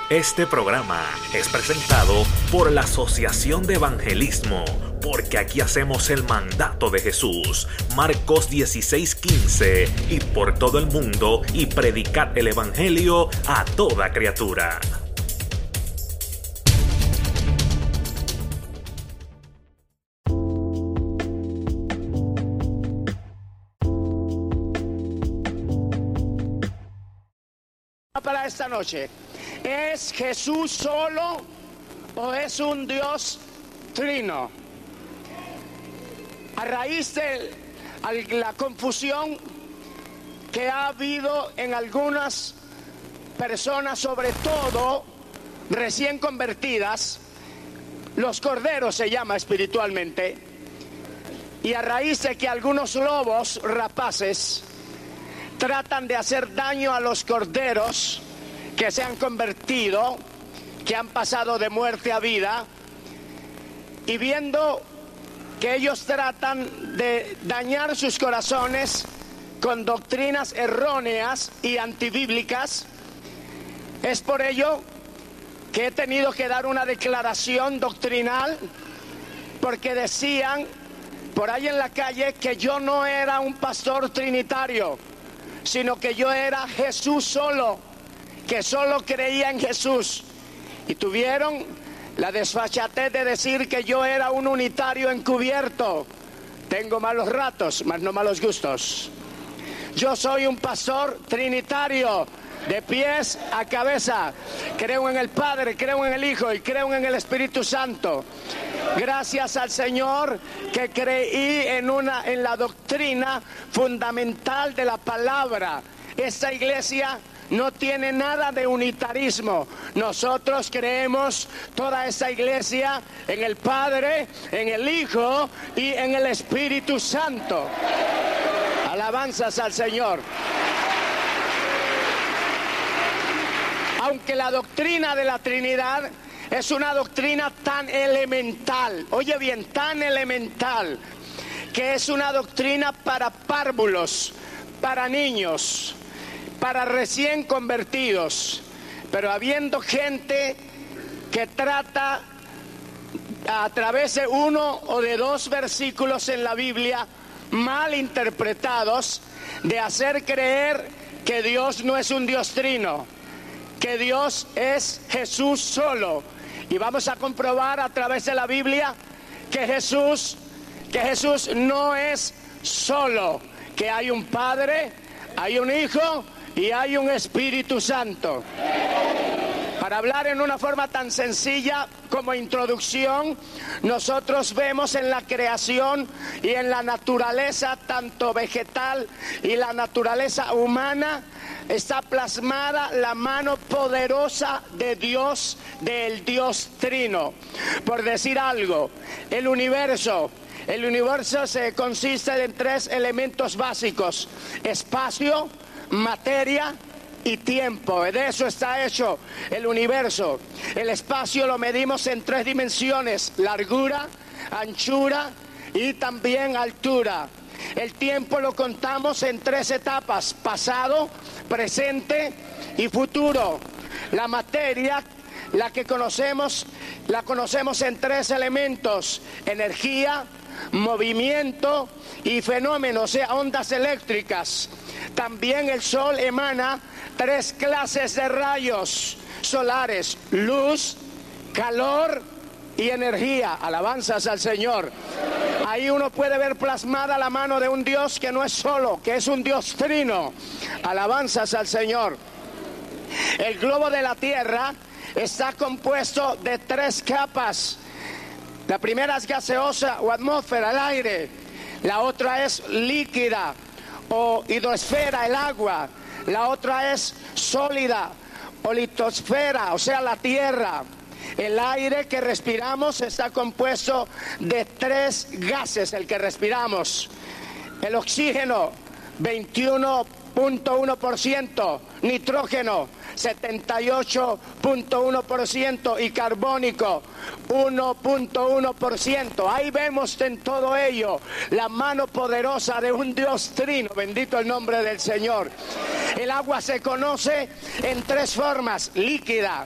Este programa es presentado por la Asociación de Evangelismo, porque aquí hacemos el mandato de Jesús, Marcos 16:15, y por todo el mundo, y predicad el Evangelio a toda criatura. Para esta noche, ¿es Jesús solo o es un Dios trino? A raíz de la confusión que ha habido en algunas personas, sobre todo recién convertidas, los corderos se llama espiritualmente, y a raíz de que algunos lobos rapaces tratan de hacer daño a los corderos que se han convertido, que han pasado de muerte a vida, y viendo que ellos tratan de dañar sus corazones con doctrinas erróneas y antibíblicas, es por ello que he tenido que dar una declaración doctrinal, porque decían por ahí en la calle que yo no era un pastor trinitario, sino que yo era Jesús solo, que solo creía en Jesús, y tuvieron la desfachatez de decir que yo era un unitario encubierto. Tengo malos ratos, mas no malos gustos. Yo soy un pastor trinitario, de pies a cabeza. Creo en el Padre, creo en el Hijo y creo en el Espíritu Santo. Gracias al Señor que creí en la doctrina fundamental de la palabra. Esta iglesia no tiene nada de unitarismo. Nosotros creemos, toda esta iglesia, en el Padre, en el Hijo y en el Espíritu Santo. Alabanzas al Señor. Aunque la doctrina de la Trinidad es una doctrina tan elemental, oye bien, tan elemental, que es una doctrina para párvulos, para niños, para recién convertidos, pero habiendo gente que trata a través de uno o de dos versículos en la Biblia mal interpretados, de hacer creer que Dios no es un Dios trino, que Dios es Jesús solo. Y vamos a comprobar a través de la Biblia que Jesús no es solo, que hay un Padre, hay un Hijo y hay un Espíritu Santo. Para hablar en una forma tan sencilla como introducción, nosotros vemos en la creación y en la naturaleza, tanto vegetal y la naturaleza humana, está plasmada la mano poderosa de Dios, del Dios Trino. Por decir algo, el universo se consiste en tres elementos básicos: espacio, materia y tiempo. De eso está hecho el universo. El espacio lo medimos en tres dimensiones: largura, anchura y también altura. El tiempo lo contamos en tres etapas: pasado, presente y futuro. La materia, la conocemos en tres elementos: energía, movimiento y fenómenos, o sea, ondas eléctricas. También el sol emana tres clases de rayos solares: luz, calor y energía. Alabanzas al Señor. Ahí uno puede ver plasmada la mano de un Dios que no es solo, que es un Dios trino. Alabanzas al Señor. El globo de la Tierra está compuesto de tres capas. La primera es gaseosa o atmósfera, el aire. La otra es líquida o hidrosfera, el agua. La otra es sólida o litosfera, o sea, la tierra. El aire que respiramos está compuesto de tres gases, el que respiramos. El oxígeno, 21.1%, nitrógeno, 78.1% y carbónico, 1.1%. Ahí vemos en todo ello la mano poderosa de un Dios trino. Bendito el nombre del Señor. El agua se conoce en tres formas: líquida,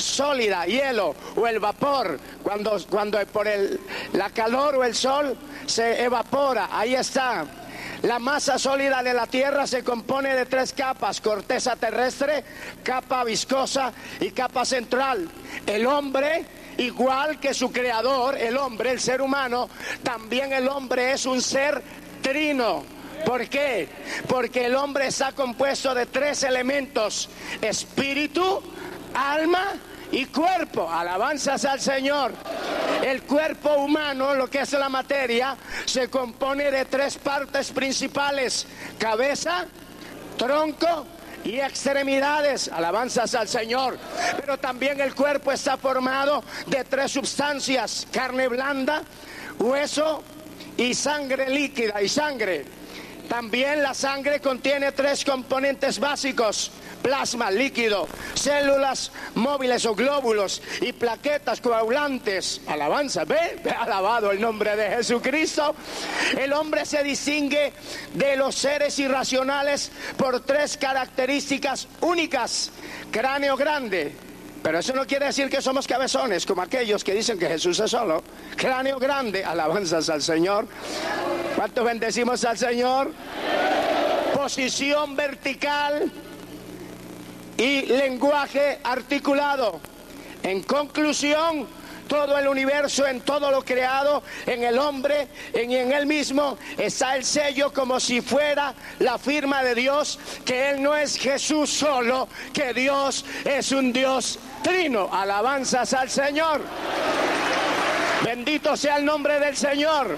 sólida, hielo, o el vapor, cuando por la calor o el sol se evapora. Ahí está. La masa sólida de la tierra se compone de 3 capas: corteza terrestre, capa viscosa y capa central. El hombre, igual que su creador, el hombre, el ser humano, también el hombre es un ser trino. ¿Por qué? Porque el hombre está compuesto de 3 elementos: espíritu, alma y cuerpo. Alabanzas al Señor. El cuerpo humano, lo que es la materia, se compone de 3 partes principales: cabeza, tronco y extremidades. Alabanzas al Señor. Pero también el cuerpo está formado de 3 sustancias: carne blanda, hueso y sangre líquida y sangre. También la sangre contiene 3 componentes básicos: plasma líquido, células móviles o glóbulos y plaquetas coagulantes. Alabanza, ¿ve? Alabado el nombre de Jesucristo. El hombre se distingue de los seres irracionales por 3 características únicas: cráneo grande. Pero eso no quiere decir que somos cabezones, como aquellos que dicen que Jesús es solo. Cráneo grande, alabanzas al Señor. ¿Cuántos bendecimos al Señor? Posición vertical y lenguaje articulado. En conclusión, todo el universo, en todo lo creado, en el hombre, en él mismo, está el sello, como si fuera la firma de Dios, que Él no es Jesús solo, que Dios es un Dios trino. Alabanzas al Señor. Bendito sea el nombre del Señor.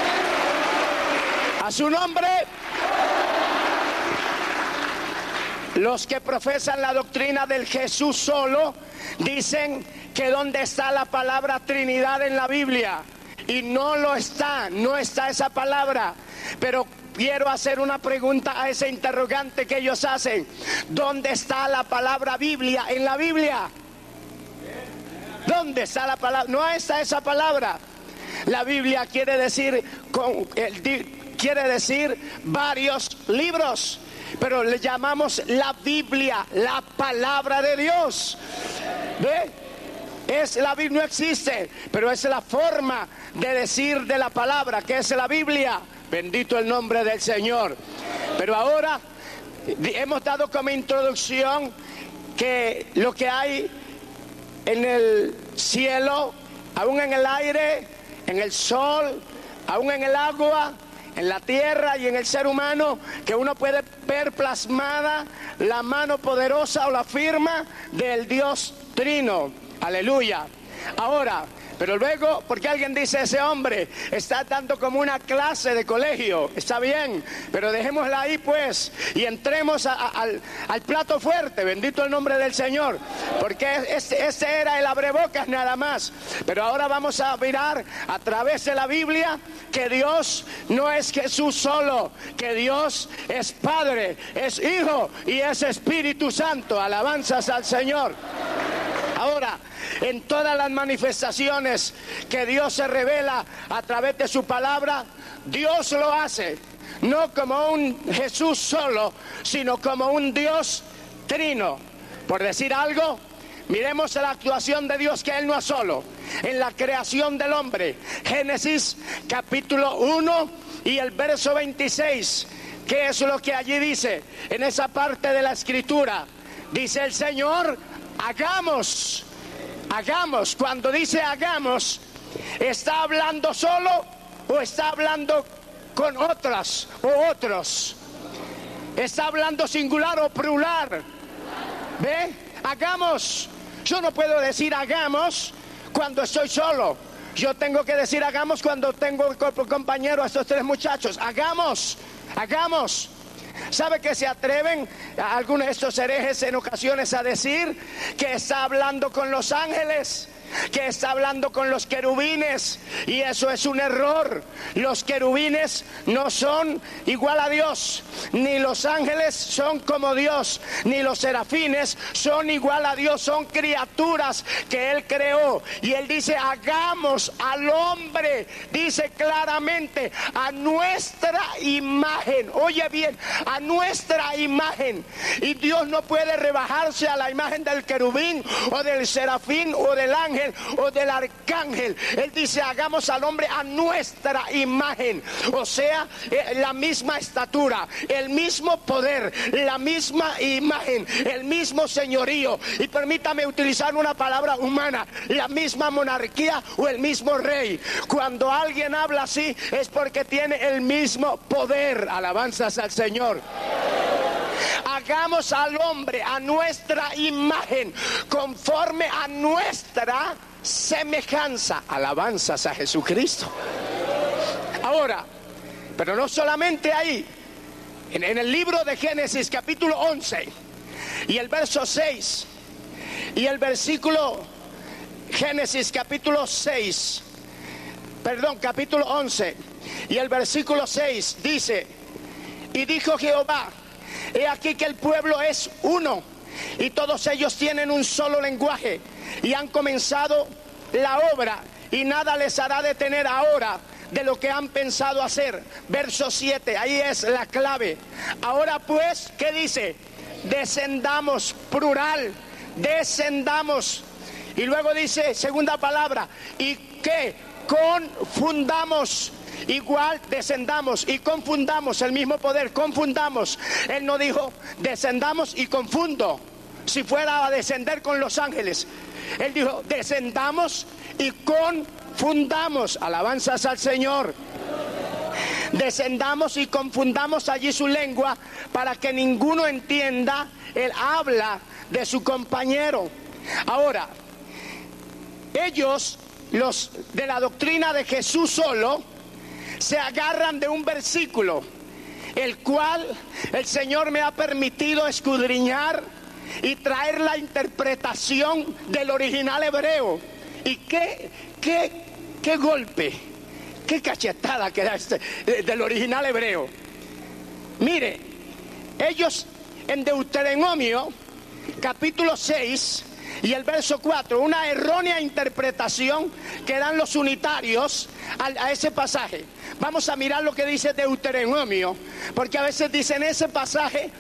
A su nombre. Los que profesan la doctrina del Jesús solo dicen que ¿dónde está la palabra Trinidad en la Biblia? Y no lo está, no está esa palabra. Pero quiero hacer una pregunta a ese interrogante que ellos hacen: ¿dónde está la palabra Biblia en la Biblia? ¿Dónde está la palabra? No está esa palabra. La Biblia quiere decir varios libros, pero le llamamos la Biblia, la palabra de Dios. ¿Ve? La Biblia no existe, pero es la forma de decir de la palabra, que es la Biblia. Bendito el nombre del Señor. Pero ahora hemos dado como introducción que lo que hay en el cielo, aún en el aire, en el sol, aún en el agua, en la tierra y en el ser humano, que uno puede ver plasmada la mano poderosa o la firma del Dios Trino. Aleluya. Ahora, pero luego, porque alguien dice: ese hombre está dando como una clase de colegio. Está bien, pero dejémosla ahí pues, y entremos al plato fuerte. Bendito el nombre del Señor, porque ese era el abrebocas nada más. Pero ahora vamos a mirar a través de la Biblia que Dios no es Jesús solo, que Dios es Padre, es Hijo y es Espíritu Santo. Alabanzas al Señor. Ahora, en todas las manifestaciones que Dios se revela a través de su palabra, Dios lo hace, no como un Jesús solo, sino como un Dios trino. Por decir algo, miremos la actuación de Dios, que Él no es solo. En la creación del hombre, Génesis capítulo 1 y el verso 26, ¿qué es lo que allí dice? En esa parte de la escritura, dice el Señor: hagamos. Cuando dice hagamos, ¿está hablando solo o está hablando con otras o otros? ¿Está hablando singular o plural? ¿Ve? Hagamos. Yo no puedo decir hagamos cuando estoy solo. Yo tengo que decir hagamos cuando tengo como compañero a estos 3 muchachos. Hagamos. ¿Sabe que se atreven algunos de estos herejes en ocasiones a decir que está hablando con los ángeles? que está hablando con los querubines, y eso es un error. Los querubines no son igual a Dios, ni los ángeles son como Dios, ni los serafines son igual a Dios. Son criaturas que Él creó, y Él dice: hagamos al hombre, dice claramente, a nuestra imagen. Oye bien, a nuestra imagen. Y Dios no puede rebajarse a la imagen del querubín o del serafín o del ángel o del arcángel. Él dice: hagamos al hombre a nuestra imagen, o sea, la misma estatura, el mismo poder, la misma imagen, el mismo señorío, y permítame utilizar una palabra humana, la misma monarquía o el mismo rey. Cuando alguien habla así es porque tiene el mismo poder. Alabanzas al Señor. Hagamos al hombre a nuestra imagen, conforme a nuestra semejanza. Alabanzas a Jesucristo. Ahora, pero no solamente ahí. En el libro de Génesis capítulo 11 y el verso 6 y el versículo, Génesis capítulo 11 y el versículo 6 dice: y dijo Jehová: he aquí que el pueblo es uno, y todos ellos tienen un solo lenguaje, y han comenzado la obra, y nada les hará detener ahora de lo que han pensado hacer. Verso 7, ahí es la clave. Ahora pues, ¿qué dice? Descendamos, plural, descendamos. Y luego dice, segunda palabra, ¿y qué? Confundamos. Igual descendamos y confundamos, el mismo poder, confundamos. Él no dijo descendamos y confundo, si fuera a descender con los ángeles. Él dijo descendamos y confundamos. Alabanzas al Señor. Descendamos y confundamos allí su lengua, para que ninguno entienda el habla de su compañero. Ahora, ellos, los de la doctrina de Jesús solo, se agarran de un versículo, el cual el Señor me ha permitido escudriñar y traer la interpretación del original hebreo. Y qué golpe, qué cachetada que da del original hebreo. Mire, ellos en Deuteronomio capítulo 6 y el verso 4, una errónea interpretación que dan los unitarios a ese pasaje. Vamos a mirar lo que dice Deuteronomio, porque a veces dicen ese pasaje,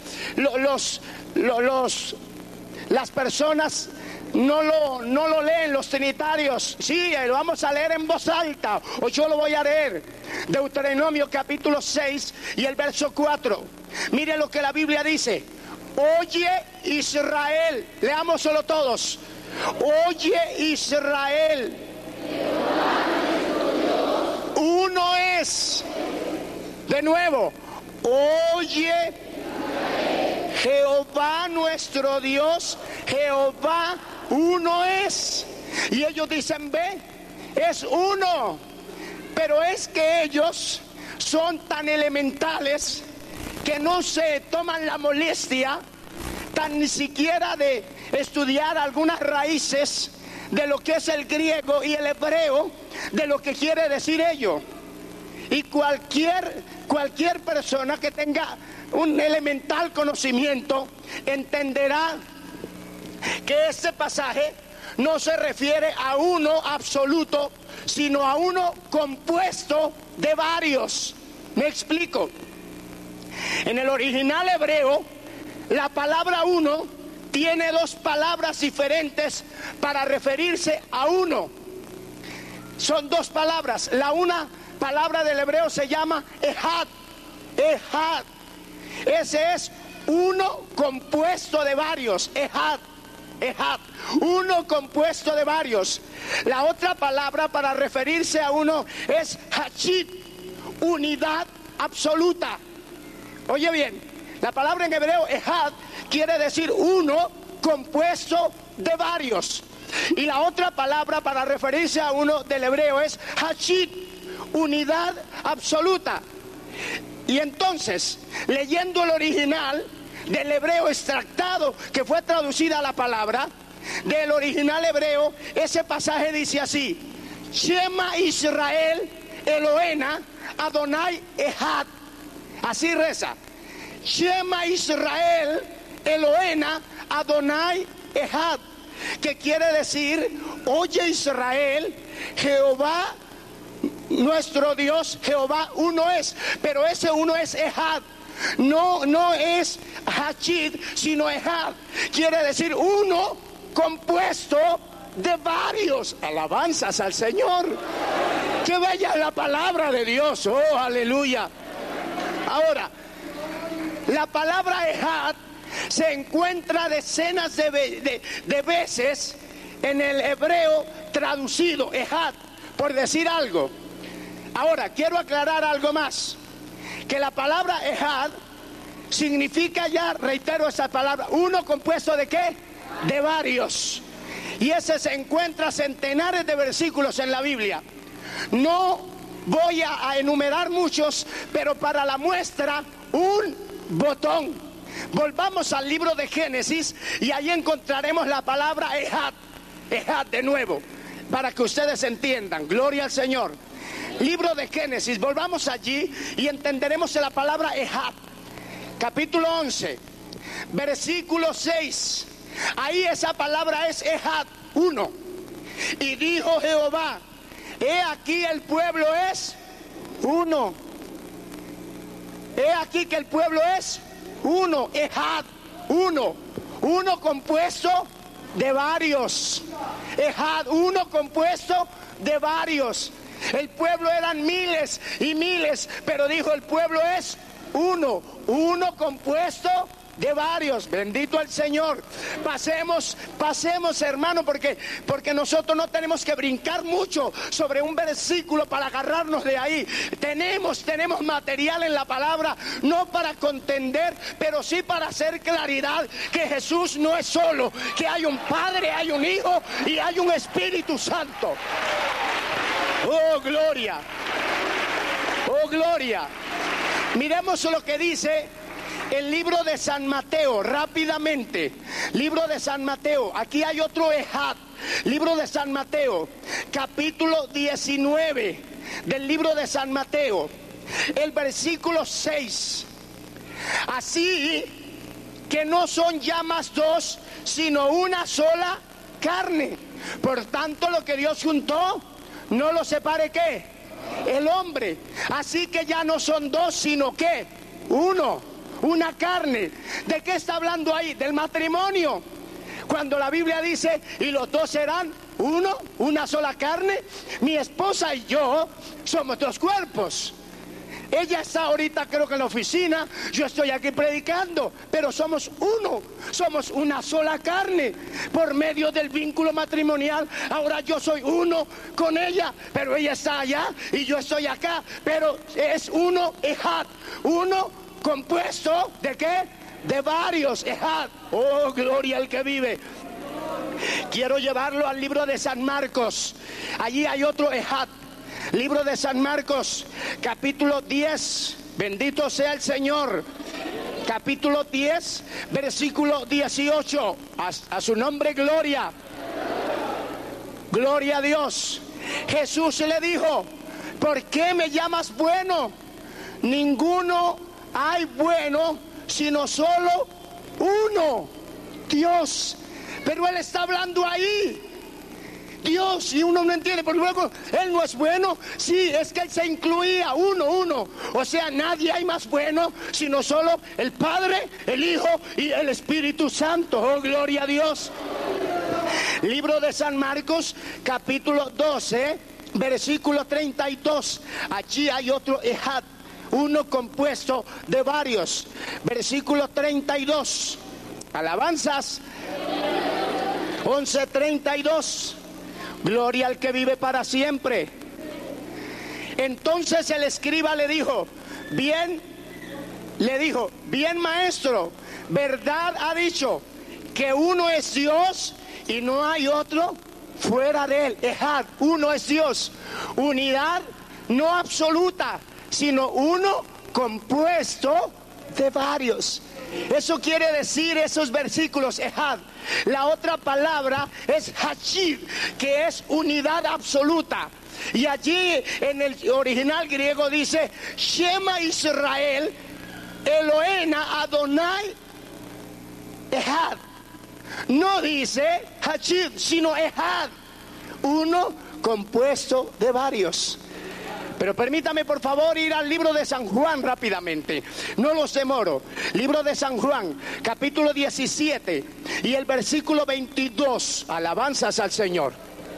las personas no lo leen, los trinitarios. Sí, lo vamos a leer en voz alta, o yo lo voy a leer. Deuteronomio capítulo 6 y el verso 4. Mire lo que la Biblia dice: oye Israel, leamos solo todos. Oye Israel, uno es. De nuevo, oye Jehová nuestro Dios, Jehová uno es. Y ellos dicen: ve, es uno. Pero es que ellos son tan elementales que no se toman la molestia tan ni siquiera de estudiar algunas raíces de lo que es el griego y el hebreo, de lo que quiere decir ello. Y cualquier persona que tenga un elemental conocimiento entenderá que este pasaje no se refiere a uno absoluto, sino a uno compuesto de varios. Me explico. En el original hebreo, la palabra uno tiene dos palabras diferentes para referirse a uno. Son dos palabras. La una palabra del hebreo se llama ejad. Ejad. Ese es uno compuesto de varios. Ejad. Ejad. Uno compuesto de varios. La otra palabra para referirse a uno es hachit. Unidad absoluta. Oye bien, la palabra en hebreo ejad quiere decir uno compuesto de varios. Y la otra palabra para referirse a uno del hebreo es hachit, unidad absoluta. Y entonces, leyendo el original del hebreo extractado que fue traducida a la palabra, del original hebreo, ese pasaje dice así: Shema Israel Elohena Adonai Echad. Así reza: Shema Israel Elohena Adonai Echad, que quiere decir: oye Israel, Jehová nuestro Dios, Jehová uno es. Pero ese uno es Echad. No es Hachid, sino Echad. Quiere decir uno compuesto de varios. Alabanzas al Señor. Qué bella es la palabra de Dios. Oh, aleluya. Ahora, la palabra Echad se encuentra decenas de veces en el hebreo traducido, Echad, por decir algo. Ahora, quiero aclarar algo más. Que la palabra Echad significa, ya reitero esa palabra, uno compuesto de ¿qué? De varios. Y ese se encuentra centenares de versículos en la Biblia. No voy a enumerar muchos, pero para la muestra, un botón. Volvamos al libro de Génesis y ahí encontraremos la palabra Echad. Echad de nuevo, para que ustedes entiendan. Gloria al Señor. Libro de Génesis, volvamos allí y entenderemos la palabra Echad. Capítulo 11, versículo 6. Ahí esa palabra es Echad, uno. Y dijo Jehová: he aquí el pueblo es uno. He aquí que el pueblo es uno. Echad, uno. Uno compuesto de varios. Echad, uno compuesto de varios. El pueblo eran miles y miles, pero dijo: el pueblo es uno, uno compuesto de varios. Bendito el Señor. Pasemos hermano, porque nosotros no tenemos que brincar mucho sobre un versículo para agarrarnos de ahí. Tenemos material en la palabra, no para contender, pero sí para hacer claridad que Jesús no es solo, que hay un Padre, hay un Hijo y hay un Espíritu Santo. Oh, gloria. Oh, gloria. Miremos lo que dice el libro de San Mateo, rápidamente. Libro de San Mateo. Aquí hay otro Echad. Libro de San Mateo, capítulo 19 del libro de San Mateo, el versículo 6. Así que no son ya más dos, sino una sola carne. Por tanto, lo que Dios juntó, no lo separe ¿qué? El hombre. Así que ya no son dos, sino ¿qué? Uno, una carne. ¿De qué está hablando ahí? Del matrimonio. Cuando la Biblia dice: y los dos serán uno, una sola carne. Mi esposa y yo somos dos cuerpos. Ella está ahorita creo que en la oficina, yo estoy aquí predicando, pero somos uno, somos una sola carne por medio del vínculo matrimonial. Ahora yo soy uno con ella, pero ella está allá y yo estoy acá, pero es uno Echad, uno compuesto ¿de qué? De varios Echad. Oh, gloria al que vive. Quiero llevarlo al libro de San Marcos. Allí hay otro Echad. Libro de San Marcos, capítulo 10, bendito sea el Señor. Capítulo 10, versículo 18. A su nombre, gloria. Gloria a Dios. Jesús le dijo: ¿por qué me llamas bueno? Ninguno hay bueno, sino solo uno, Dios. Pero Él está hablando ahí. Dios, y uno no entiende, porque luego Él no es bueno. Sí, es que Él se incluía uno. O sea, nadie hay más bueno, sino solo el Padre, el Hijo y el Espíritu Santo. Oh, gloria a Dios. Libro de San Marcos, capítulo 12, versículo 32. Allí hay otro Echad, uno compuesto de varios. Versículo 32. Alabanzas. 11:32. Gloria al que vive para siempre. Entonces el escriba le dijo: bien maestro, verdad ha dicho, que uno es Dios y no hay otro fuera de él. Echad, uno es Dios. Unidad no absoluta, sino uno compuesto de varios. Eso quiere decir esos versículos, Ejad. La otra palabra es Hachid, que es unidad absoluta. Y allí en el original griego dice Shema Israel, Elohena Adonai Ejad. No dice Hachid, sino Ejad, uno compuesto de varios. Pero permítame por favor ir al libro de San Juan rápidamente, no los demoro. Libro de San Juan, capítulo 17 y el versículo 22. Alabanzas al Señor.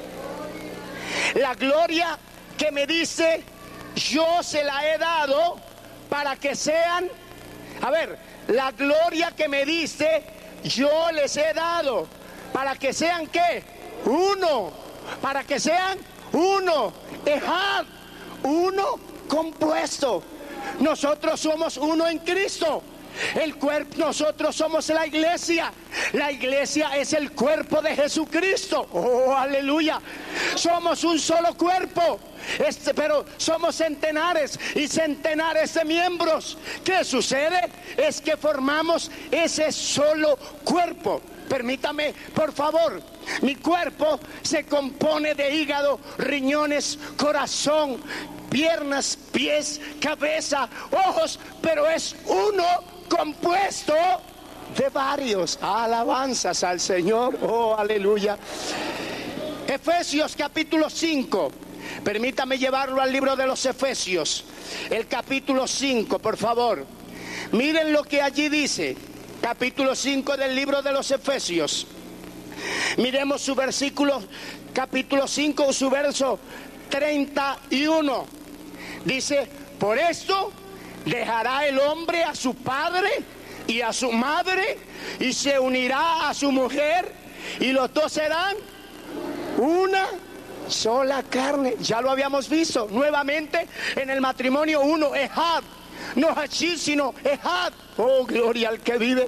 La gloria que me dice, yo se la he dado para que sean, la gloria que me dice, yo les he dado para que sean ¿qué? Uno, para que sean uno, Ejad, uno compuesto. Nosotros somos uno en Cristo. El cuerpo, nosotros somos la iglesia. La iglesia es el cuerpo de Jesucristo. Oh, aleluya. Somos un solo cuerpo, pero somos centenares y centenares de miembros. ¿Qué sucede? Es que formamos ese solo cuerpo. Permítame, por favor. Mi cuerpo se compone de hígado, riñones, corazón, piernas, pies, cabeza, ojos, pero es uno compuesto de varios. Alabanzas al Señor. Oh, aleluya. Efesios capítulo 5. Permítame llevarlo al libro de los Efesios. El capítulo 5, por favor. Miren lo que allí dice. Capítulo 5 del libro de los Efesios. Miremos su versículo, capítulo 5, su verso 31. Dice, por esto dejará el hombre a su padre y a su madre y se unirá a su mujer y los dos serán una sola carne. Ya lo habíamos visto nuevamente en el matrimonio uno, Ejad. No Hachid, sino Ejad. Oh, gloria al que vive.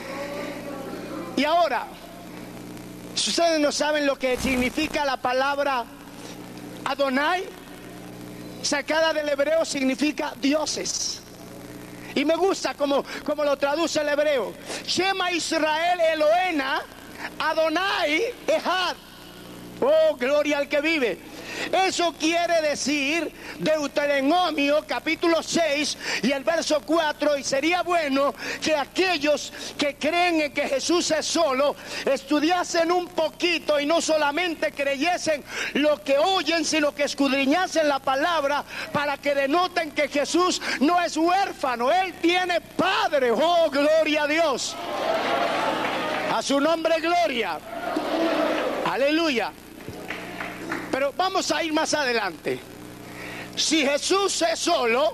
Y ahora, si ustedes no saben lo que significa la palabra Adonai, sacada del hebreo significa dioses. Y me gusta como lo traduce el hebreo. Shema Israel Elohena Adonai Ejad. Oh, gloria al que vive. Eso quiere decir Deuteronomio capítulo 6 y el verso 4, y sería bueno que aquellos que creen en que Jesús es solo estudiasen un poquito y no solamente creyesen lo que oyen, sino que escudriñasen la palabra para que denoten que Jesús no es huérfano, Él tiene Padre. Oh, gloria a Dios. A su nombre gloria. Aleluya. Pero vamos a ir más adelante. Si Jesús es solo,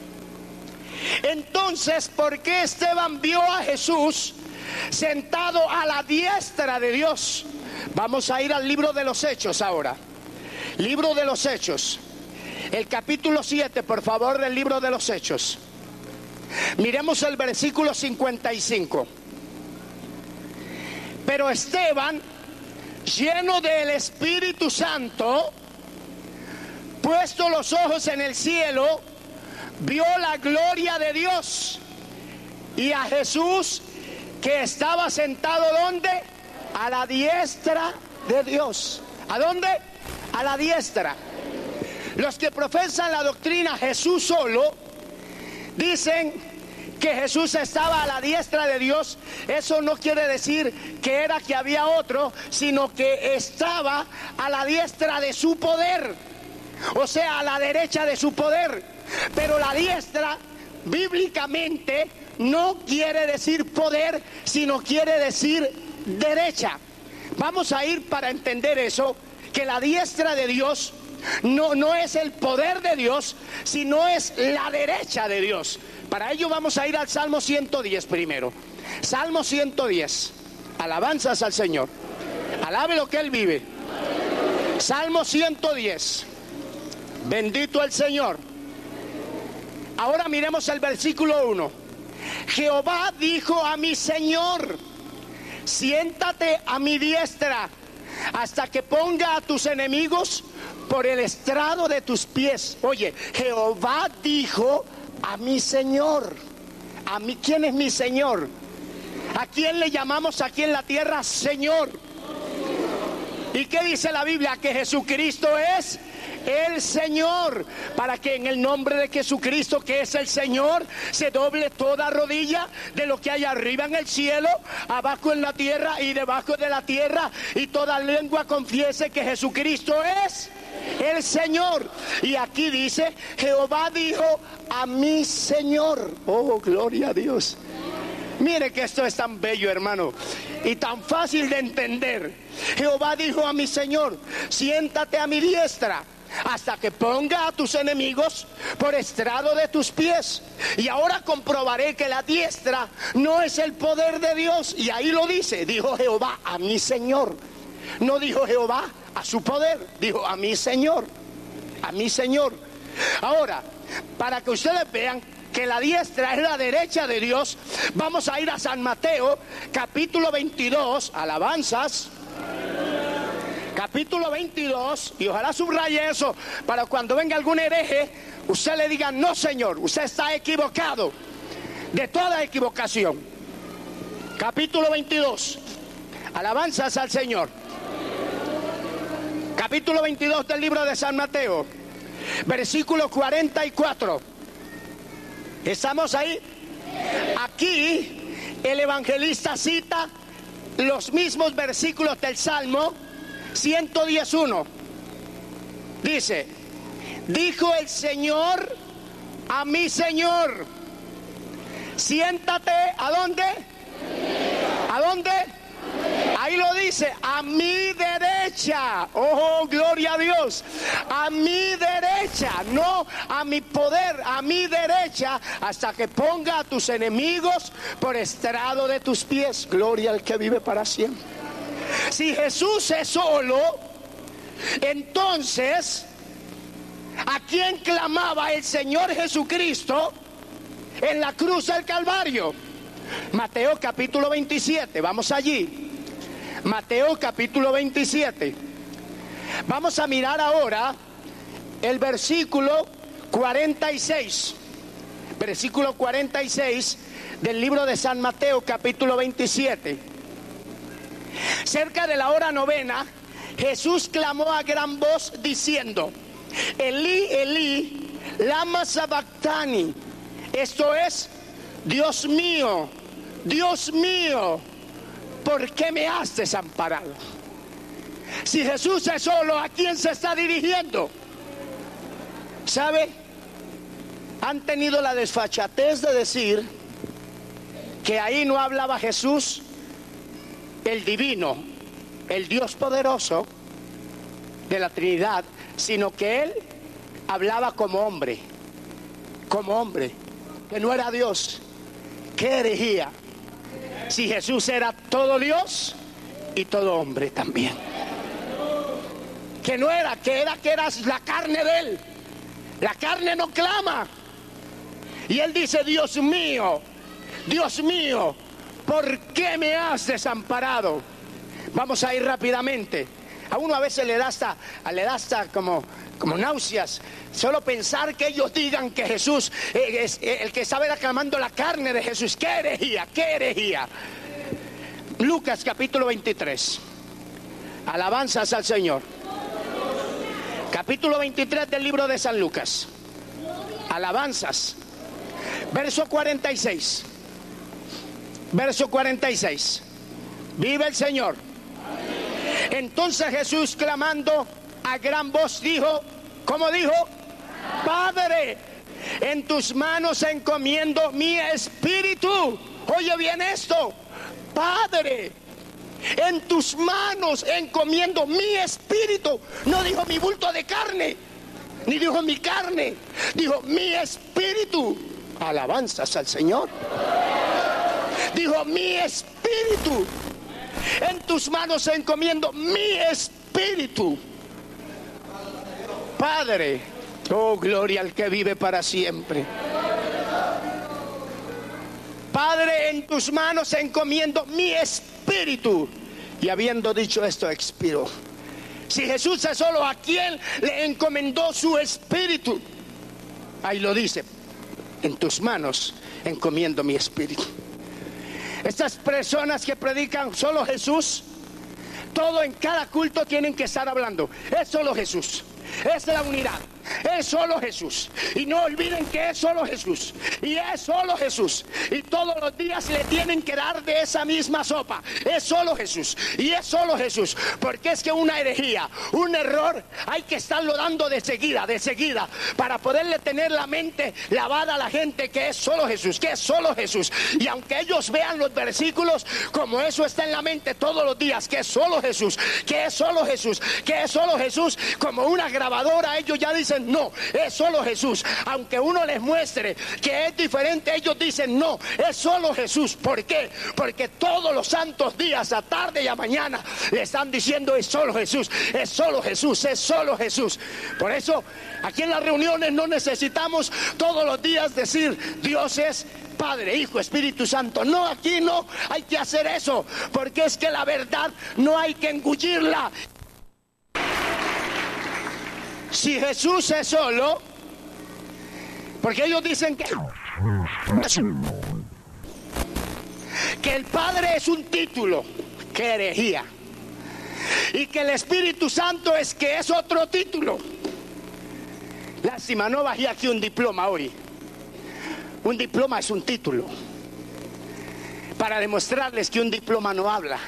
entonces ¿por qué Esteban vio a Jesús sentado a la diestra de Dios? Vamos a ir al libro de los Hechos ahora. Libro de los Hechos. El capítulo 7, por favor, del libro de los Hechos. Miremos el versículo 55. Pero Esteban, lleno del Espíritu Santo, puesto los ojos en el cielo, vio la gloria de Dios y a Jesús que estaba sentado ¿dónde? A la diestra de Dios. ¿A dónde? A la diestra. Los que profesan la doctrina Jesús solo dicen que Jesús estaba a la diestra de Dios. Eso no quiere decir que era que había otro, sino que estaba a la diestra de su poder, o sea, a la derecha de su poder. Pero la diestra bíblicamente no quiere decir poder, sino quiere decir derecha. Vamos a ir para entender eso, que la diestra de Dios no es el poder de Dios, sino es la derecha de Dios. Para ello vamos a ir al Salmo 110 primero. Salmo 110. Alabanzas al Señor. Alabe lo que Él vive. Salmo 110. Bendito el Señor. Ahora miremos el versículo 1. Jehová dijo a mi Señor, siéntate a mi diestra hasta que ponga a tus enemigos por el estrado de tus pies. Oye, Jehová dijo a mi Señor. a mí. ¿Quién es mi Señor? ¿A quién le llamamos aquí en la tierra Señor? ¿Y qué dice la Biblia? Que Jesucristo es el Señor, para que en el nombre de Jesucristo, que es el Señor, se doble toda rodilla de lo que hay arriba en el cielo, abajo en la tierra y debajo de la tierra, y toda lengua confiese que Jesucristo es el Señor. Y aquí dice, Jehová dijo a mi Señor. Oh, gloria a Dios. Mire que esto es tan bello, hermano, y tan fácil de entender. Jehová dijo a mi Señor, siéntate a mi diestra hasta que ponga a tus enemigos por estrado de tus pies. Y ahora comprobaré que la diestra no es el poder de Dios. Y ahí lo dice, dijo Jehová a mi Señor. No dijo Jehová a su poder, dijo a mi Señor, a mi Señor. Ahora, para que ustedes vean que la diestra es la derecha de Dios, vamos a ir a San Mateo, capítulo 22, alabanzas. Capítulo 22, y ojalá subraye eso, para cuando venga algún hereje, usted le diga, no Señor, usted está equivocado, de toda equivocación. Capítulo 22, alabanzas al Señor. Capítulo 22 del libro de San Mateo, versículo 44. ¿Estamos ahí? Aquí el evangelista cita los mismos versículos del Salmo 111. Dice, dijo el Señor a mi Señor, siéntate, ¿a dónde? ¿A dónde? Ahí lo dice, a mi derecha. Oh, gloria a Dios. A mi derecha, no a mi poder, a mi derecha, hasta que ponga a tus enemigos por estrado de tus pies. Gloria al que vive para siempre. Si Jesús es solo, entonces, ¿a quién clamaba el Señor Jesucristo en la cruz del Calvario? Mateo capítulo 27, vamos allí. Mateo capítulo 27. Vamos a mirar ahora el versículo 46. Versículo 46 del libro de San Mateo capítulo 27. Cerca de la hora novena, Jesús clamó a gran voz diciendo, Elí, Elí, lama sabactani. Esto es, Dios mío, ¿por qué me has desamparado? Si Jesús es solo, ¿a quién se está dirigiendo? ¿Sabe? Han tenido la desfachatez de decir que ahí no hablaba Jesús, el divino, el Dios poderoso de la Trinidad, sino que Él hablaba como hombre, que no era Dios. ¡Qué herejía! Si Jesús era todo Dios y todo hombre también. Que era la carne de Él. La carne no clama. Y Él dice, Dios mío, ¿por qué me has desamparado? Vamos a ir rápidamente. A uno a veces le da hasta como náuseas solo pensar que ellos digan que Jesús es el que estaba reclamando la carne de Jesús. ¡Qué herejía! Lucas capítulo 23. Alabanzas al Señor. Capítulo 23 del libro de San Lucas. Alabanzas. Verso 46. Verso 46. Vive el Señor. Entonces Jesús, clamando a gran voz, dijo, ¿cómo dijo? Padre, en tus manos encomiendo mi espíritu. Oye bien esto, Padre, en tus manos encomiendo mi espíritu. No dijo mi bulto de carne, ni dijo mi carne, dijo mi espíritu. Alabanzas al Señor. Dijo mi espíritu. En tus manos encomiendo mi espíritu. Padre, oh gloria al que vive para siempre. Padre, en tus manos encomiendo mi espíritu. Y habiendo dicho esto, expiró. Si Jesús es solo, ¿a quién le encomendó su espíritu? Ahí lo dice. en tus manos encomiendo mi espíritu. Estas personas que predican solo Jesús, todo en cada culto tienen que estar hablando, es solo Jesús, es la unidad, es solo Jesús. Y no olviden que es solo Jesús, y es solo Jesús, y todos los días le tienen que dar de esa misma sopa. Es solo Jesús, y es solo Jesús, porque es que una herejía, un error, hay que estarlo dando de seguida, para poderle tener la mente lavada a la gente, que es solo Jesús, que es solo Jesús. Y aunque ellos vean los versículos, como eso está en la mente todos los días, que es solo Jesús, que es solo Jesús, que es solo Jesús, como una grabadora, ellos ya dicen no, es solo Jesús. Aunque uno les muestre que es diferente, ellos dicen no, es solo Jesús. ¿Por qué? Porque todos los santos días, a tarde y a mañana, le están diciendo es solo Jesús, es solo Jesús, es solo Jesús. Por eso aquí en las reuniones no necesitamos todos los días decir Dios es Padre, Hijo, Espíritu Santo. No, aquí no hay que hacer eso, porque es que la verdad no hay que engullirla. Si Jesús es solo, porque ellos dicen que el Padre es un título, que herejía, y que el Espíritu Santo es que es otro título. Lástima, no bajé aquí un diploma hoy. Un diploma es un título, para demostrarles que un diploma no habla.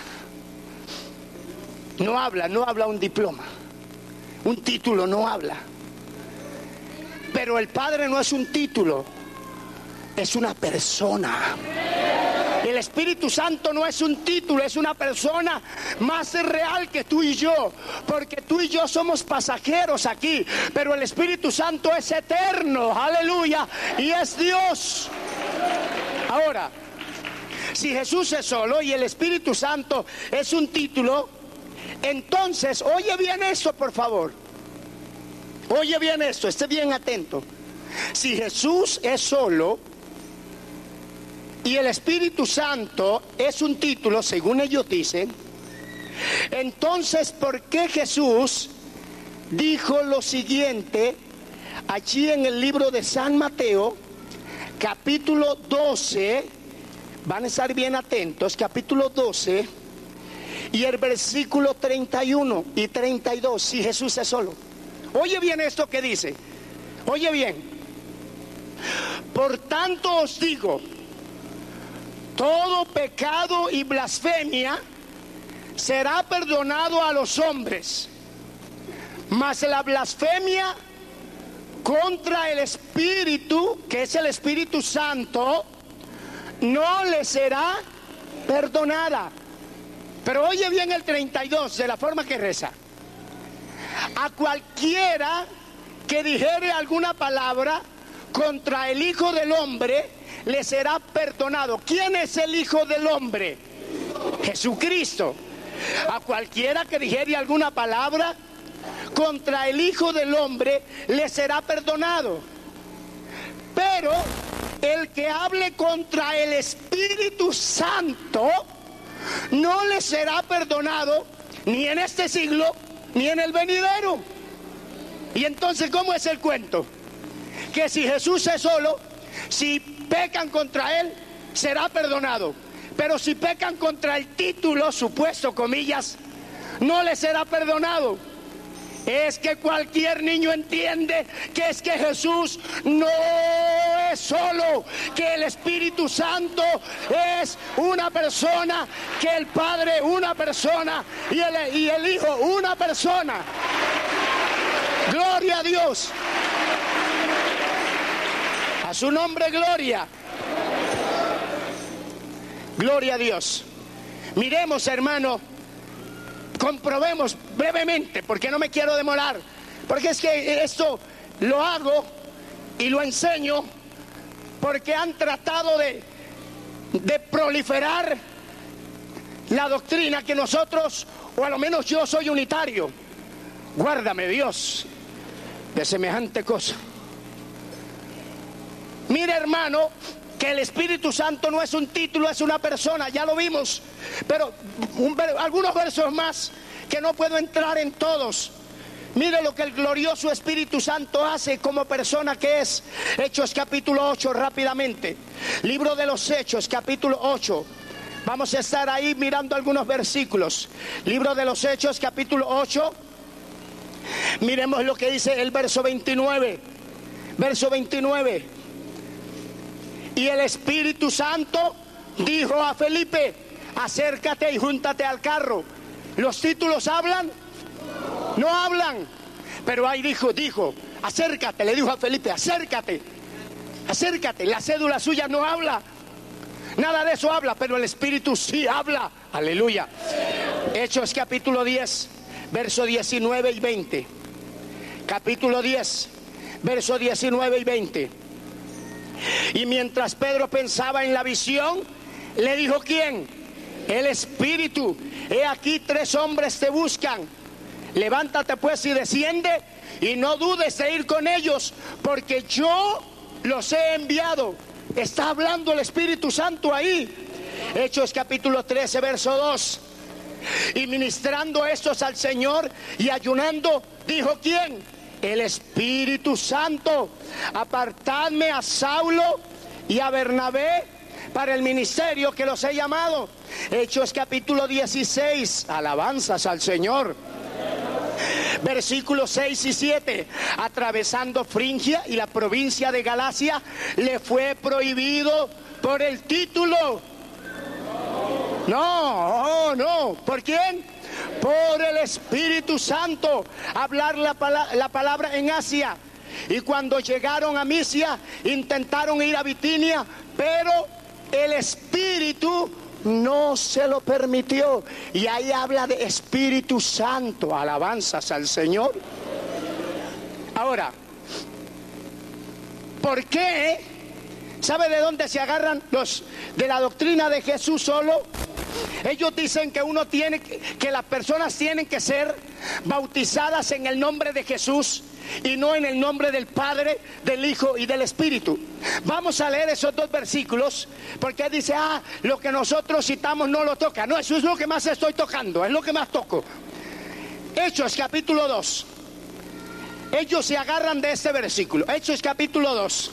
No habla un diploma. Un título no habla. Pero el Padre no es un título, es una persona. El Espíritu Santo no es un título, es una persona más real que tú y yo, porque tú y yo somos pasajeros aquí, pero el Espíritu Santo es eterno, aleluya, y es Dios. Ahora, si Jesús es solo y el Espíritu Santo es un título, entonces, oye bien esto, por favor. Oye bien esto, esté bien atento. Si Jesús es solo y el Espíritu Santo es un título, según ellos dicen, entonces, ¿por qué Jesús dijo lo siguiente allí en el libro de San Mateo, capítulo 12? Van a estar bien atentos, capítulo 12. Y el versículo 31 y 32, si Jesús es solo. Oye bien esto que dice, oye bien. Por tanto os digo, todo pecado y blasfemia será perdonado a los hombres, mas la blasfemia contra el Espíritu, que es el Espíritu Santo, no le será perdonada. Pero oye bien el 32, de la forma que reza. A cualquiera que dijere alguna palabra contra el Hijo del Hombre, le será perdonado. ¿Quién es el Hijo del Hombre? Jesucristo. A cualquiera que dijere alguna palabra contra el Hijo del Hombre, le será perdonado. Pero el que hable contra el Espíritu Santo, no le será perdonado ni en este siglo ni en el venidero. Y entonces, ¿cómo es el cuento? Que si Jesús es solo, si pecan contra él, será perdonado. Pero si pecan contra el título, supuesto, comillas, no le será perdonado. Es que cualquier niño entiende que es que Jesús no es solo, que el Espíritu Santo es una persona, que el Padre una persona y el Hijo una persona. Gloria a Dios. A su nombre, gloria. Gloria a Dios. Miremos, hermano. Comprobemos brevemente, porque no me quiero demorar, porque es que esto lo hago y lo enseño porque han tratado de proliferar la doctrina que nosotros, o a lo menos yo soy unitario. Guárdame Dios de semejante cosa. Mire, hermano, que el Espíritu Santo no es un título, es una persona, ya lo vimos, pero algunos versos más que no puedo entrar en todos. Mire lo que el glorioso Espíritu Santo hace como persona que es. Hechos capítulo 8, rápidamente. Libro de los Hechos, capítulo 8. Vamos a estar ahí mirando algunos versículos. Libro de los Hechos, capítulo 8. Miremos lo que dice el verso 29. Verso 29. Y el Espíritu Santo dijo a Felipe: acércate y júntate al carro. ¿Los títulos hablan? No hablan. Pero ahí dijo, acércate, le dijo a Felipe, acércate. La cédula suya no habla. Nada de eso habla, pero el Espíritu sí habla. Aleluya. Hechos capítulo 10, verso 19 y 20. Capítulo 10, verso 19 y 20. Y mientras Pedro pensaba en la visión, le dijo, ¿quién? El Espíritu: he aquí 3 hombres te buscan. Levántate pues y desciende, y no dudes de ir con ellos, porque yo los he enviado. Está hablando el Espíritu Santo ahí. Hechos capítulo 13, verso 2. Y ministrando estos al Señor y ayunando, dijo, ¿quién? El Espíritu Santo: apartadme a Saulo y a Bernabé para el ministerio que los he llamado. Hechos capítulo 16, alabanzas al Señor. Versículos 6 y 7. Atravesando Frigia y la provincia de Galacia, le fue prohibido por el título. No. ¿Por quién? Por el Espíritu Santo, hablar la palabra en Asia. Y cuando llegaron a Misia, intentaron ir a Bitinia, pero el Espíritu no se lo permitió. Y ahí habla de Espíritu Santo. Alabanzas al Señor. Ahora, ¿por qué? ¿Sabe de dónde se agarran los de la doctrina de Jesús solo? Ellos dicen que que las personas tienen que ser bautizadas en el nombre de Jesús y no en el nombre del Padre, del Hijo y del Espíritu. Vamos a leer esos 2 versículos, porque dice, lo que nosotros citamos no lo toca. No, eso es lo que más estoy tocando, es lo que más toco. Hechos capítulo 2. Ellos se agarran de este versículo. Hechos capítulo 2,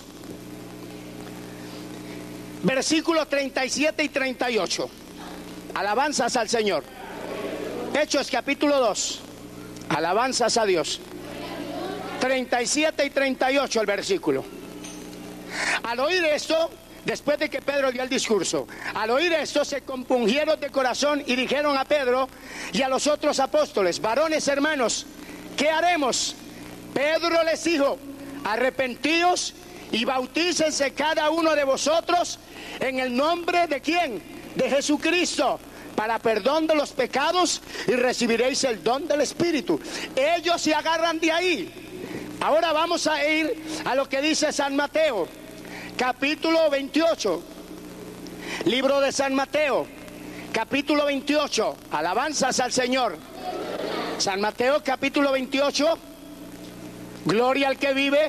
versículos 37 y 38. Alabanzas al Señor. Hechos capítulo 2. Alabanzas a Dios. 37 y 38 el versículo. Al oír esto, después de que Pedro dio el discurso, al oír esto se compungieron de corazón y dijeron a Pedro y a los otros apóstoles: varones hermanos, ¿qué haremos? Pedro les dijo: arrepentíos y bautícense cada uno de vosotros en el nombre de ¿quién? De Jesucristo, para perdón de los pecados, y recibiréis el don del Espíritu. Ellos se agarran de ahí. Ahora vamos a ir a lo que dice San Mateo, capítulo 28. Libro de San Mateo, capítulo 28. Alabanzas al Señor. San Mateo, capítulo 28. Gloria al que vive.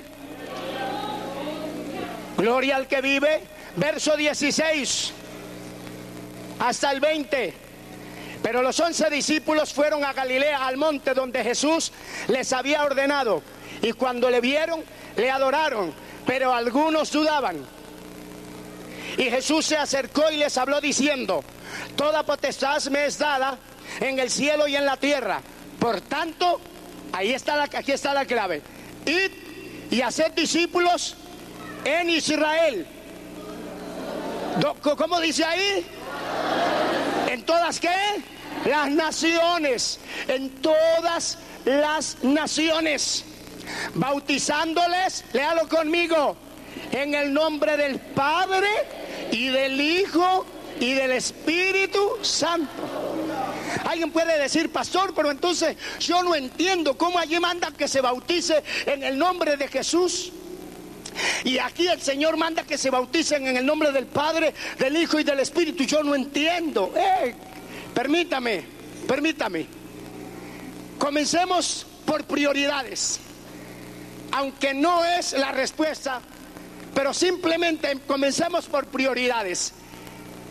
Gloria al que vive. Verso 16 hasta el 20. Pero los 11 discípulos fueron a Galilea, al monte donde Jesús les había ordenado. Y cuando le vieron, le adoraron, pero algunos dudaban. Y Jesús se acercó y les habló diciendo: toda potestad me es dada en el cielo y en la tierra. Por tanto, aquí está la clave: id y haced discípulos en Israel. ¿Cómo dice ahí? ¿En todas qué? Las naciones. En todas las naciones. Bautizándoles, léalo conmigo, en el nombre del Padre y del Hijo y del Espíritu Santo. Alguien puede decir: pastor, pero entonces yo no entiendo cómo allí manda que se bautice en el nombre de Jesús, y aquí el Señor manda que se bauticen en el nombre del Padre, del Hijo y del Espíritu. Yo no entiendo. Permítame. Comencemos por prioridades. Aunque no es la respuesta, pero simplemente comencemos por prioridades.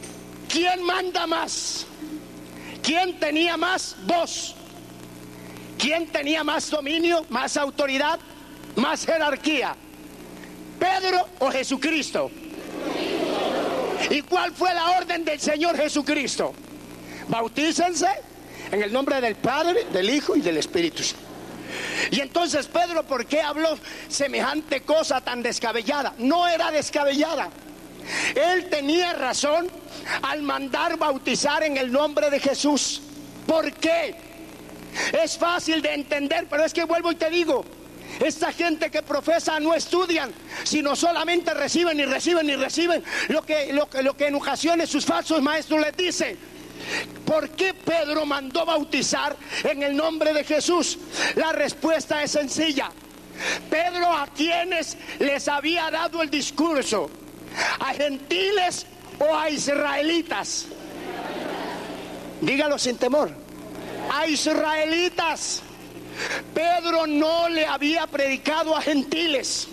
¿Quién manda más? ¿Quién tenía más voz? ¿Quién tenía más dominio, más autoridad, más jerarquía? ¿Pedro o Jesucristo? ¿Y cuál fue la orden del Señor Jesucristo? Bautícense en el nombre del Padre, del Hijo y del Espíritu Santo. Y entonces Pedro, ¿por qué habló semejante cosa tan descabellada? No era descabellada. Él tenía razón al mandar bautizar en el nombre de Jesús. ¿Por qué? Es fácil de entender, pero es que vuelvo y te digo, esta gente que profesa no estudian, sino solamente reciben y reciben y reciben lo que en ocasiones sus falsos maestros les dicen. ¿Por qué Pedro mandó bautizar en el nombre de Jesús? La respuesta es sencilla. Pedro, ¿a quienes les había dado el discurso? ¿A gentiles o a israelitas? Dígalo sin temor. A israelitas. Pedro no le había predicado a gentiles.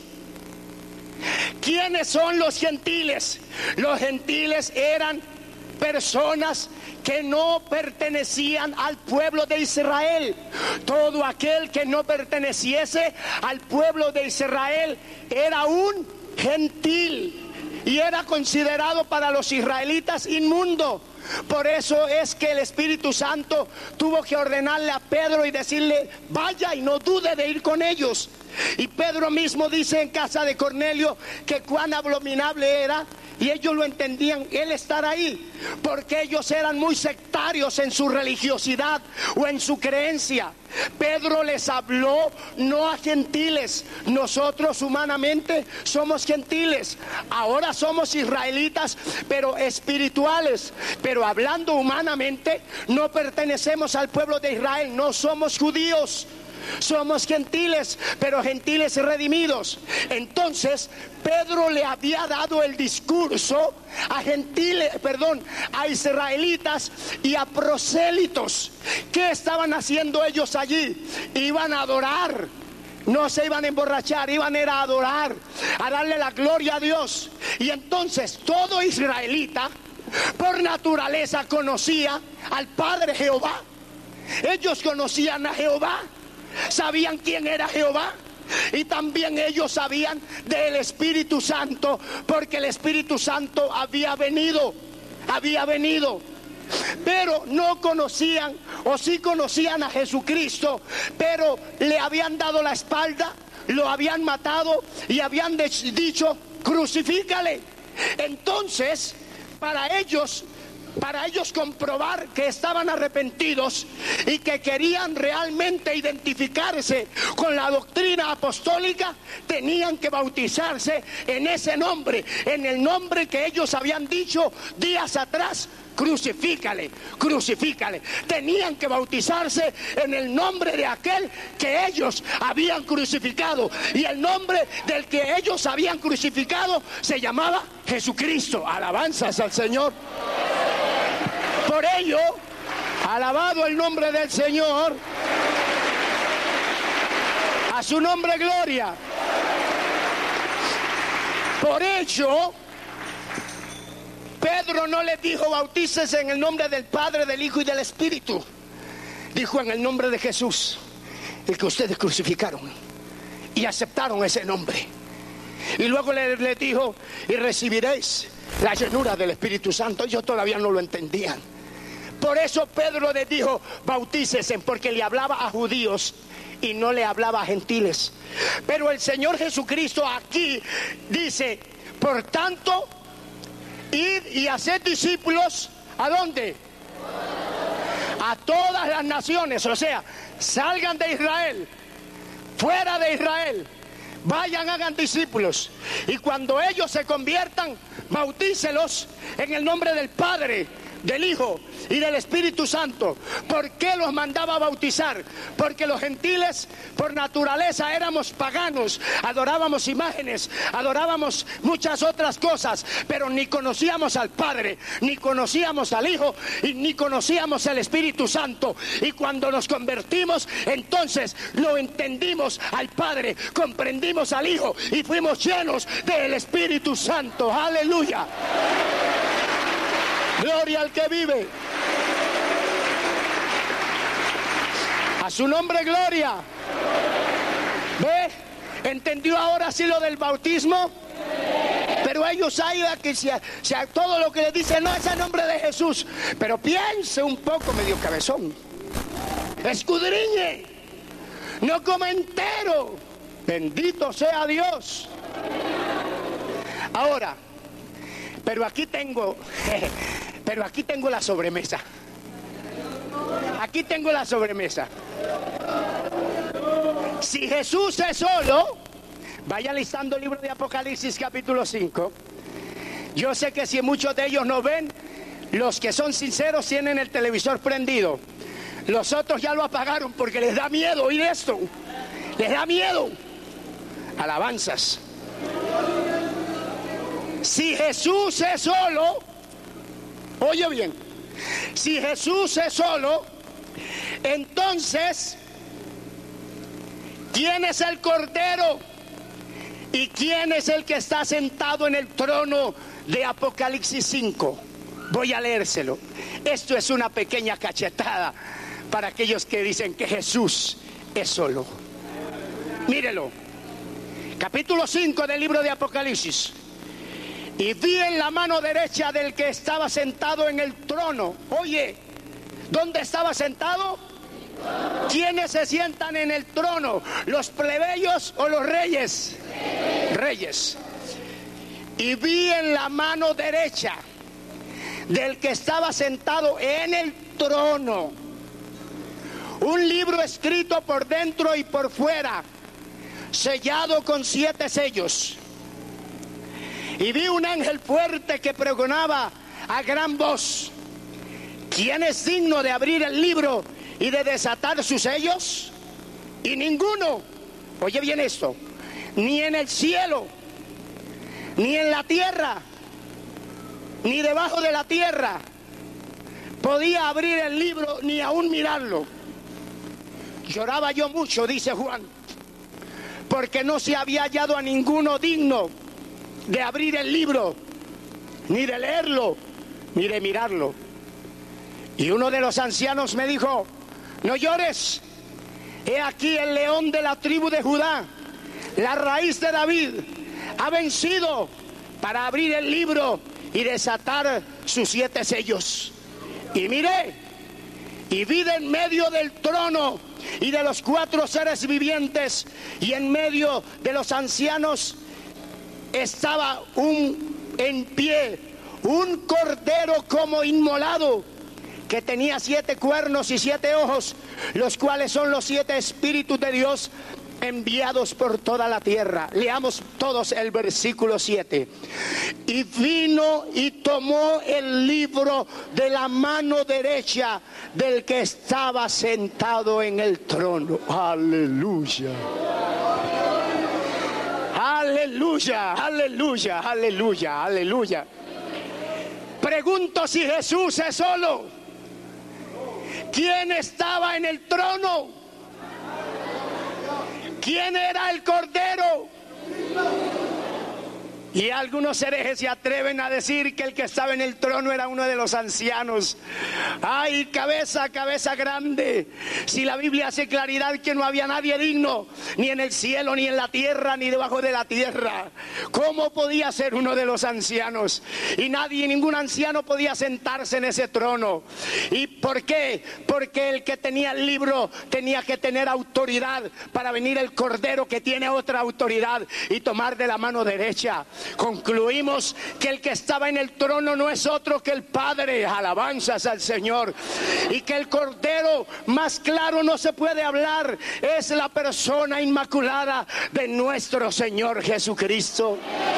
¿Quiénes son los gentiles? Los gentiles eran personas que no pertenecían al pueblo de Israel. Todo aquel que no perteneciese al pueblo de Israel era un gentil y era considerado para los israelitas inmundo. Por eso es que el Espíritu Santo tuvo que ordenarle a Pedro y decirle: vaya y no dude de ir con ellos. Y Pedro mismo dice en casa de Cornelio que cuán abominable era, y ellos lo entendían, él estar ahí, porque ellos eran muy sectarios en su religiosidad o en su creencia. Pedro les habló no a gentiles. Nosotros humanamente somos gentiles, ahora somos israelitas pero espirituales, pero hablando humanamente no pertenecemos al pueblo de Israel, no somos judíos. Somos gentiles, pero gentiles redimidos. Entonces Pedro le había dado el discurso a gentiles, a israelitas y a prosélitos. ¿Qué estaban haciendo ellos allí? Iban a adorar. No se iban a emborrachar, iban a adorar, a darle la gloria a Dios. Y entonces todo israelita por naturaleza conocía al Padre Jehová. Ellos conocían a Jehová. Sabían quién era Jehová, y también ellos sabían del Espíritu Santo, porque el Espíritu Santo había venido, pero no conocían, o sí conocían a Jesucristo, pero le habían dado la espalda, lo habían matado y habían dicho: crucifícale. Entonces, para ellos comprobar que estaban arrepentidos y que querían realmente identificarse con la doctrina apostólica, tenían que bautizarse en ese nombre, en el nombre que ellos habían dicho días atrás: crucifícale, crucifícale. Tenían que bautizarse en el nombre de aquel que ellos habían crucificado, y el nombre del que ellos habían crucificado se llamaba Jesucristo. Alabanzas al Señor. Por ello, alabado el nombre del Señor, a su nombre gloria. Por ello, Pedro no les dijo: bautícese en el nombre del Padre, del Hijo y del Espíritu. Dijo: en el nombre de Jesús, el que ustedes crucificaron, y aceptaron ese nombre. Y luego les dijo: y recibiréis la llenura del Espíritu Santo. Ellos todavía no lo entendían. Por eso Pedro les dijo: bautícese, porque le hablaba a judíos y no le hablaba a gentiles. Pero el Señor Jesucristo aquí dice: por tanto, id y haced discípulos. ¿A dónde? A todas las naciones. O sea, salgan de Israel, fuera de Israel, vayan, hagan discípulos, y cuando ellos se conviertan, bautícelos en el nombre del Padre, del Hijo y del Espíritu Santo. ¿Por qué los mandaba a bautizar? Porque los gentiles por naturaleza éramos paganos, adorábamos imágenes, adorábamos muchas otras cosas, pero ni conocíamos al Padre, ni conocíamos al Hijo, y ni conocíamos al Espíritu Santo. Y cuando nos convertimos, entonces lo entendimos al Padre, comprendimos al Hijo y fuimos llenos del Espíritu Santo. Aleluya. Gloria al que vive. A su nombre, gloria. ¿Ve? ¿Entendió ahora sí lo del bautismo? Pero ellos saben que si todo lo que le dicen no es a nombre de Jesús. Pero piense un poco, medio cabezón. Escudriñe. No come entero. Bendito sea Dios. Ahora, pero aquí tengo la sobremesa. Aquí tengo la sobremesa. Si Jesús es solo, vaya listando el libro de Apocalipsis capítulo 5. Yo sé que si muchos de ellos no ven, los que son sinceros tienen el televisor prendido. Los otros ya lo apagaron porque les da miedo oír esto. Les da miedo. Alabanzas. Si Jesús es solo, oye bien, si Jesús es solo, entonces, ¿quién es el Cordero? ¿Y quién es el que está sentado en el trono de Apocalipsis 5? Voy a leérselo. Esto es una pequeña cachetada para aquellos que dicen que Jesús es solo. Mírelo. Capítulo 5 del libro de Apocalipsis. Y vi en la mano derecha del que estaba sentado en el trono. Oye, ¿dónde estaba sentado? ¿Quiénes se sientan en el trono? ¿Los plebeyos o los reyes? Reyes. Y vi en la mano derecha del que estaba sentado en el trono un libro escrito por dentro y por fuera, sellado con 7 sellos. Y vi un ángel fuerte que pregonaba a gran voz: ¿quién es digno de abrir el libro y de desatar sus sellos? Y ninguno, oye bien esto, ni en el cielo, ni en la tierra, ni debajo de la tierra, podía abrir el libro ni aún mirarlo. Lloraba yo mucho, dice Juan, porque no se había hallado a ninguno digno de abrir el libro, ni de leerlo, ni de mirarlo. Y uno de los ancianos me dijo: no llores, he aquí el león de la tribu de Judá, la raíz de David, ha vencido para abrir el libro y desatar sus 7 sellos. Y miré, y vi de en medio del trono y de los 4 seres vivientes, y en medio de los ancianos estaba en pie un cordero como inmolado, que tenía 7 cuernos y 7 ojos, los cuales son los 7 espíritus de Dios enviados por toda la tierra. Leamos todos el versículo 7. Y vino y tomó el libro de la mano derecha del que estaba sentado en el trono. Aleluya. Aleluya, aleluya, aleluya, aleluya. Pregunto si Jesús es solo. ¿Quién estaba en el trono? ¿Quién era el Cordero? Y algunos herejes se atreven a decir que el que estaba en el trono era uno de los ancianos. ¡Ay, cabeza grande! Si la Biblia hace claridad que no había nadie digno, ni en el cielo, ni en la tierra, ni debajo de la tierra, ¿cómo podía ser uno de los ancianos? Y ningún anciano podía sentarse en ese trono. ¿Y por qué? Porque el que tenía el libro tenía que tener autoridad para venir el Cordero, que tiene otra autoridad, y tomar de la mano derecha. Concluimos que el que estaba en el trono no es otro que el Padre, alabanzas al Señor, y que el Cordero, más claro no se puede hablar, es la persona inmaculada de nuestro Señor Jesucristo.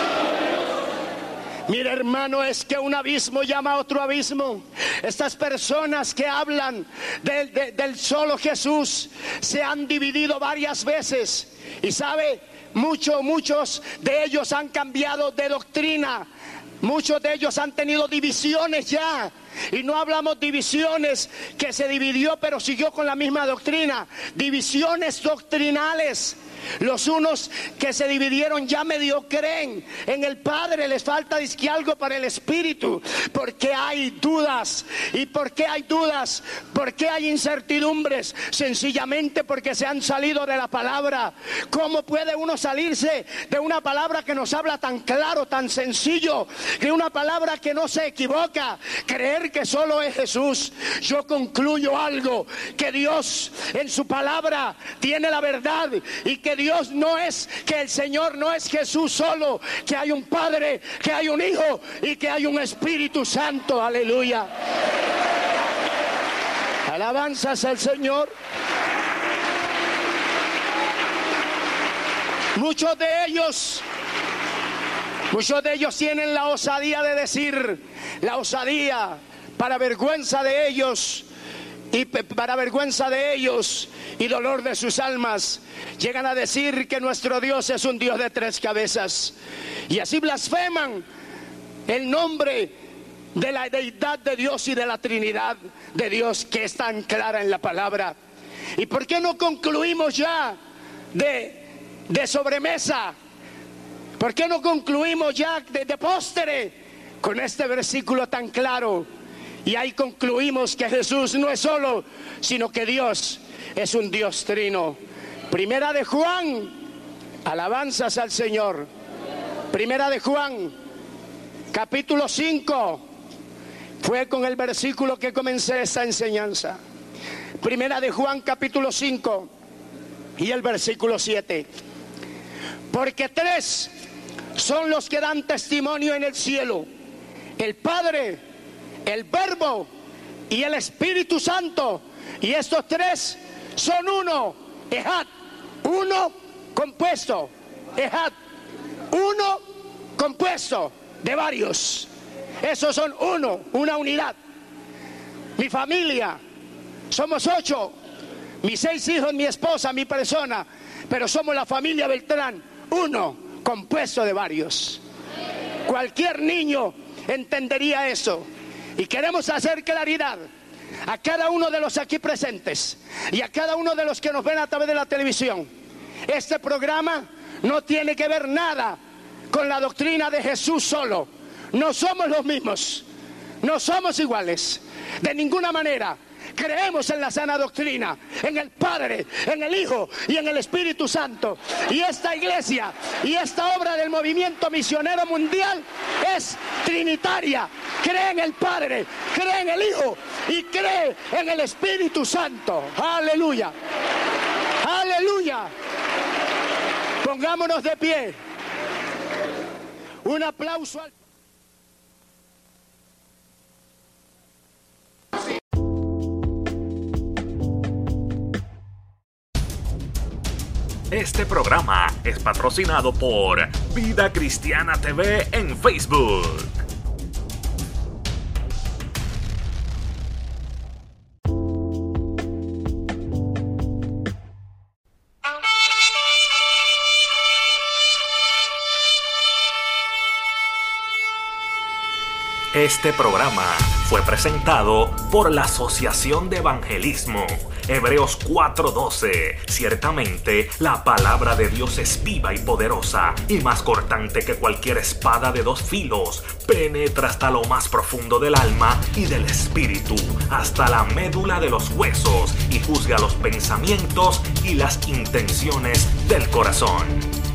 Mira, hermano, es que un abismo llama a otro abismo. Estas personas que hablan del solo Jesús se han dividido varias veces, y sabe, muchos de ellos han cambiado de doctrina. Muchos de ellos han tenido divisiones ya Y no hablamos divisiones que se dividió pero siguió con la misma doctrina. Divisiones doctrinales. Los unos que se dividieron ya medio creen en el Padre, les falta dizque algo para el Espíritu. ¿Por qué hay dudas? ¿Y por qué hay dudas? ¿Por qué hay incertidumbres? Sencillamente porque se han salido de la palabra. ¿Cómo puede uno salirse de una palabra que nos habla tan claro, tan sencillo, de una palabra que no se equivoca? Creer que solo es Jesús. Yo concluyo algo, que Dios en su palabra tiene la verdad, y que Dios no es, que el Señor no es Jesús solo, que hay un Padre, que hay un Hijo y que hay un Espíritu Santo. Aleluya. Alabanzas al Señor. Muchos de ellos tienen la osadía de decir, la osadía, para vergüenza de ellos y dolor de sus almas, llegan a decir que nuestro Dios es un Dios de 3 cabezas, y así blasfeman el nombre de la deidad de Dios y de la Trinidad de Dios, que es tan clara en la palabra. ¿Y por qué no concluimos ya de sobremesa? ¿Por qué no concluimos ya de postre con este versículo tan claro? Y ahí concluimos que Jesús no es solo, sino que Dios es un Dios trino. Primera de Juan, alabanzas al Señor. Primera de Juan, capítulo 5, fue con el versículo que comencé esta enseñanza. Primera de Juan, capítulo 5 y el versículo 7. Porque 3 son los que dan testimonio en el cielo: el Padre, el Verbo y el Espíritu Santo. Y estos 3 son uno, Ejad, uno compuesto, Ejad, uno compuesto de varios. Esos son uno, una unidad. Mi familia, somos 8, mis 6 hijos, mi esposa, mi persona, pero somos la familia Beltrán, uno compuesto de varios. Cualquier niño entendería eso. Y queremos hacer claridad a cada uno de los aquí presentes y a cada uno de los que nos ven a través de la televisión. Este programa no tiene que ver nada con la doctrina de Jesús solo. No somos los mismos, no somos iguales, de ninguna manera. Creemos en la sana doctrina, en el Padre, en el Hijo y en el Espíritu Santo. Y esta iglesia y esta obra del movimiento misionero mundial es trinitaria. Cree en el Padre, cree en el Hijo y cree en el Espíritu Santo. Aleluya, aleluya. Pongámonos de pie. Un aplauso al... Este programa es patrocinado por Vida Cristiana TV en Facebook. Este programa fue presentado por la Asociación de Evangelismo. Hebreos 4:12. Ciertamente, la palabra de Dios es viva y poderosa, y más cortante que cualquier espada de 2 filos. Penetra hasta lo más profundo del alma y del espíritu, hasta la médula de los huesos, y juzga los pensamientos y las intenciones del corazón.